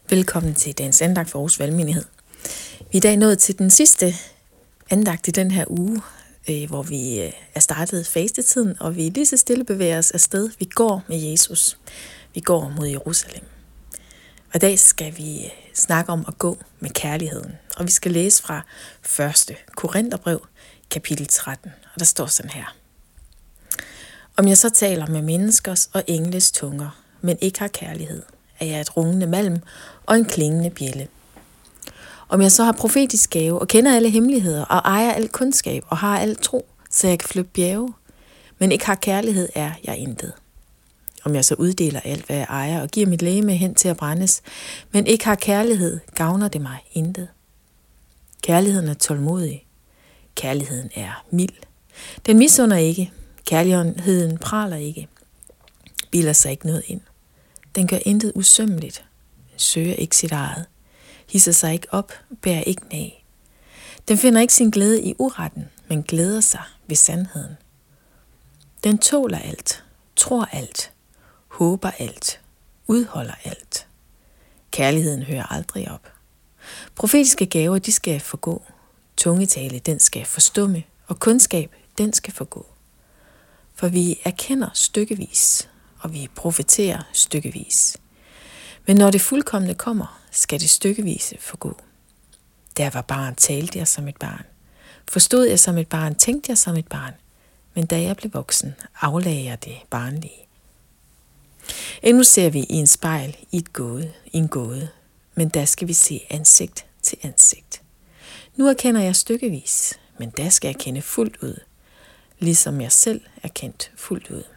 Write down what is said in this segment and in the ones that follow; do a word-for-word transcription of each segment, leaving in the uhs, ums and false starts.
Velkommen til dagens andagt for Aarhus Valgmenighed. Vi er i dag nået til den sidste andagt i den her uge, hvor vi er startet fastetiden, og vi lige så stille bevæger os afsted. Vi går med Jesus. Vi går mod Jerusalem. Og i dag skal vi snakke om at gå med kærligheden. Og vi skal læse fra første Korintherbrev, kapitel tretten. Og der står sådan her. Om jeg så taler med menneskers og engles tunger, men ikke har kærlighed, er jeg et rungende malm og en klingende bjælde. Om jeg så har profetisk gave og kender alle hemmeligheder og ejer al kundskab og har al tro, så jeg kan flytte bjerge, men ikke har kærlighed, er jeg intet. Om jeg så uddeler alt, hvad jeg ejer og giver mit legeme hen til at brændes, men ikke har kærlighed, gavner det mig intet. Kærligheden er tålmodig. Kærligheden er mild. Den misunder ikke. Kærligheden praler ikke. Bilder sig ikke noget ind. Den gør intet usømmeligt. Søger ikke sit eget. Hisser sig ikke op, bærer ikke nag. Den finder ikke sin glæde i uretten, men glæder sig ved sandheden. Den tåler alt, tror alt, håber alt, udholder alt. Kærligheden hører aldrig op. Profetiske gaver, de skal forgå. Tungetale, den skal forstumme, og kundskab, den skal forgå. For vi erkender stykkevis, og vi profeterer stykkevis. Men når det fuldkomne kommer, skal det stykkevise forgå. Da jeg var barn, talte jeg som et barn. Forstod jeg som et barn, tænkte jeg som et barn. Men da jeg blev voksen, aflagde jeg det barnlige. Endnu ser vi i en spejl i, et gåde, i en gåde, men da skal vi se ansigt til ansigt. Nu erkender jeg stykkevis, men da skal jeg kende fuldt ud, ligesom jeg selv er kendt fuldt ud.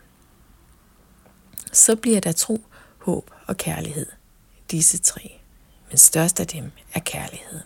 Så bliver der tro, håb og kærlighed, disse tre. Men størst af dem er kærligheden.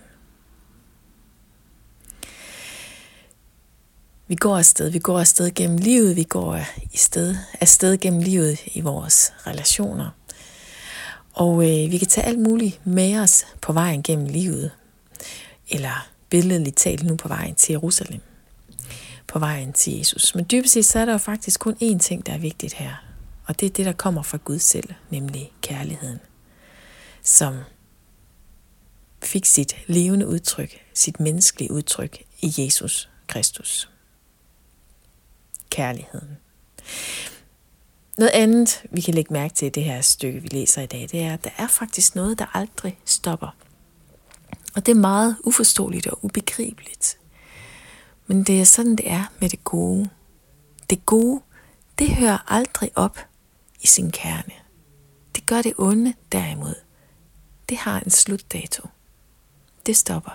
Vi går afsted, vi går afsted gennem livet, vi går afsted, afsted gennem livet i vores relationer. Og øh, vi kan tage alt muligt med os på vejen gennem livet, eller billedligt talt nu på vejen til Jerusalem, på vejen til Jesus. Men dybest set så er der jo faktisk kun én ting, der er vigtigt her, og det er det, der kommer fra Gud selv, nemlig kærligheden, som fik sit levende udtryk, sit menneskelige udtryk i Jesus Kristus. Kærligheden. Noget andet, vi kan lægge mærke til i det her stykke, vi læser i dag, det er, at der er faktisk noget, der aldrig stopper. Og det er meget uforståeligt og ubegribeligt. Men det er sådan, det er med det gode. Det gode, det hører aldrig op i sin kerne. Det gør det onde derimod. Det har en slutdato. Det stopper.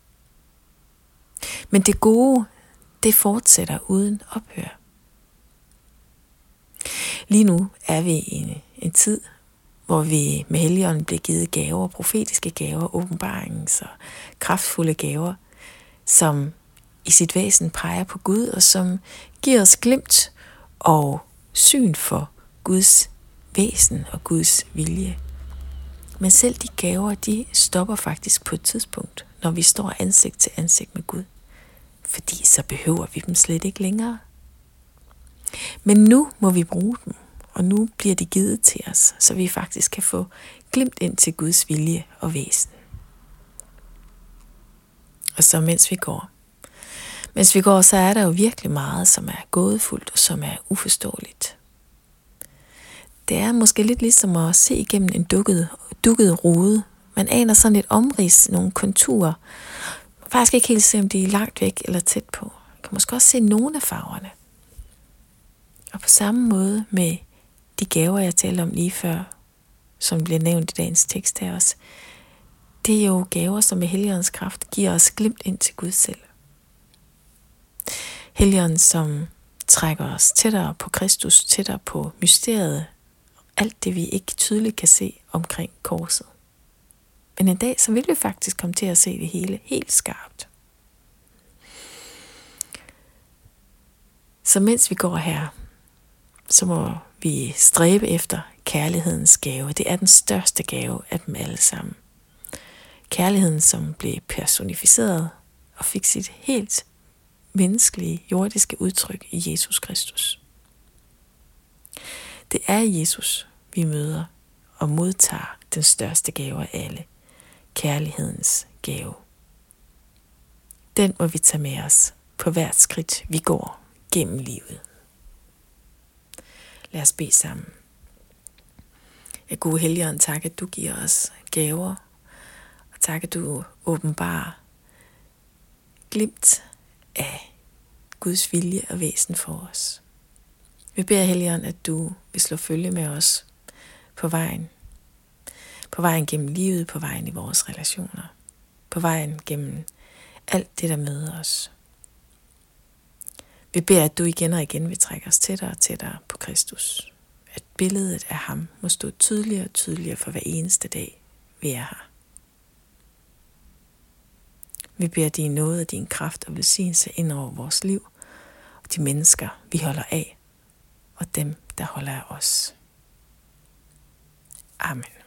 Men det gode, det fortsætter uden ophør. Lige nu er vi i en, en tid, hvor vi med Helligånden bliver givet gaver, profetiske gaver, åbenbarings- og kraftfulde gaver, som i sit væsen peger på Gud, og som giver os glimt og syn for Guds væsen og Guds vilje. Men selv de gaver, de stopper faktisk på et tidspunkt, når vi står ansigt til ansigt med Gud. Fordi så behøver vi dem slet ikke længere. Men nu må vi bruge dem, og nu bliver de givet til os, så vi faktisk kan få glimt ind til Guds vilje og væsen. Og så mens vi går, mens vi går, så er der jo virkelig meget, som er gådefuldt og som er uforståeligt. Det er måske lidt ligesom at se igennem en dukket, dukket rude. Man aner sådan et omrids, nogle konturer. Man kan faktisk ikke helt se, om de er langt væk eller tæt på. Man kan måske også se nogle af farverne. Og på samme måde med de gaver, jeg talte om lige før, som bliver nævnt i dagens tekst her også, det er jo gaver, som med Helligåndens kraft giver os glimt ind til Gud selv. Helligånden, som trækker os tættere på Kristus, tættere på mysteriet, alt det vi ikke tydeligt kan se omkring korset. Men en dag, så vil vi faktisk komme til at se det hele helt skarpt. Så mens vi går her, så må vi stræbe efter kærlighedens gave. Det er den største gave af dem alle sammen. Kærligheden, som blev personificeret og fik sit helt menneskelige, jordiske udtryk i Jesus Kristus. Det er Jesus, vi møder og modtager den største gave af alle. Kærlighedens gave. Den må vi tage med os på hvert skridt, vi går gennem livet. Lad os bede sammen. Ja, gode Helligånd, tak at du giver os gaver, og tak at du åbenbarer glimt af Guds vilje og væsen for os. Vi beder Helligånd, at du vil slå følge med os på vejen. På vejen gennem livet, på vejen i vores relationer. På vejen gennem alt det, der møder os. Vi beder, at du igen og igen vil trække os tættere og tættere på Kristus. At billedet af ham må stå tydeligere og tydeligere for hver eneste dag, vi er her. Vi beder din nåde, din kraft og velsignelse ind over vores liv, og de mennesker, vi holder af, og dem, der holder af os. Amen.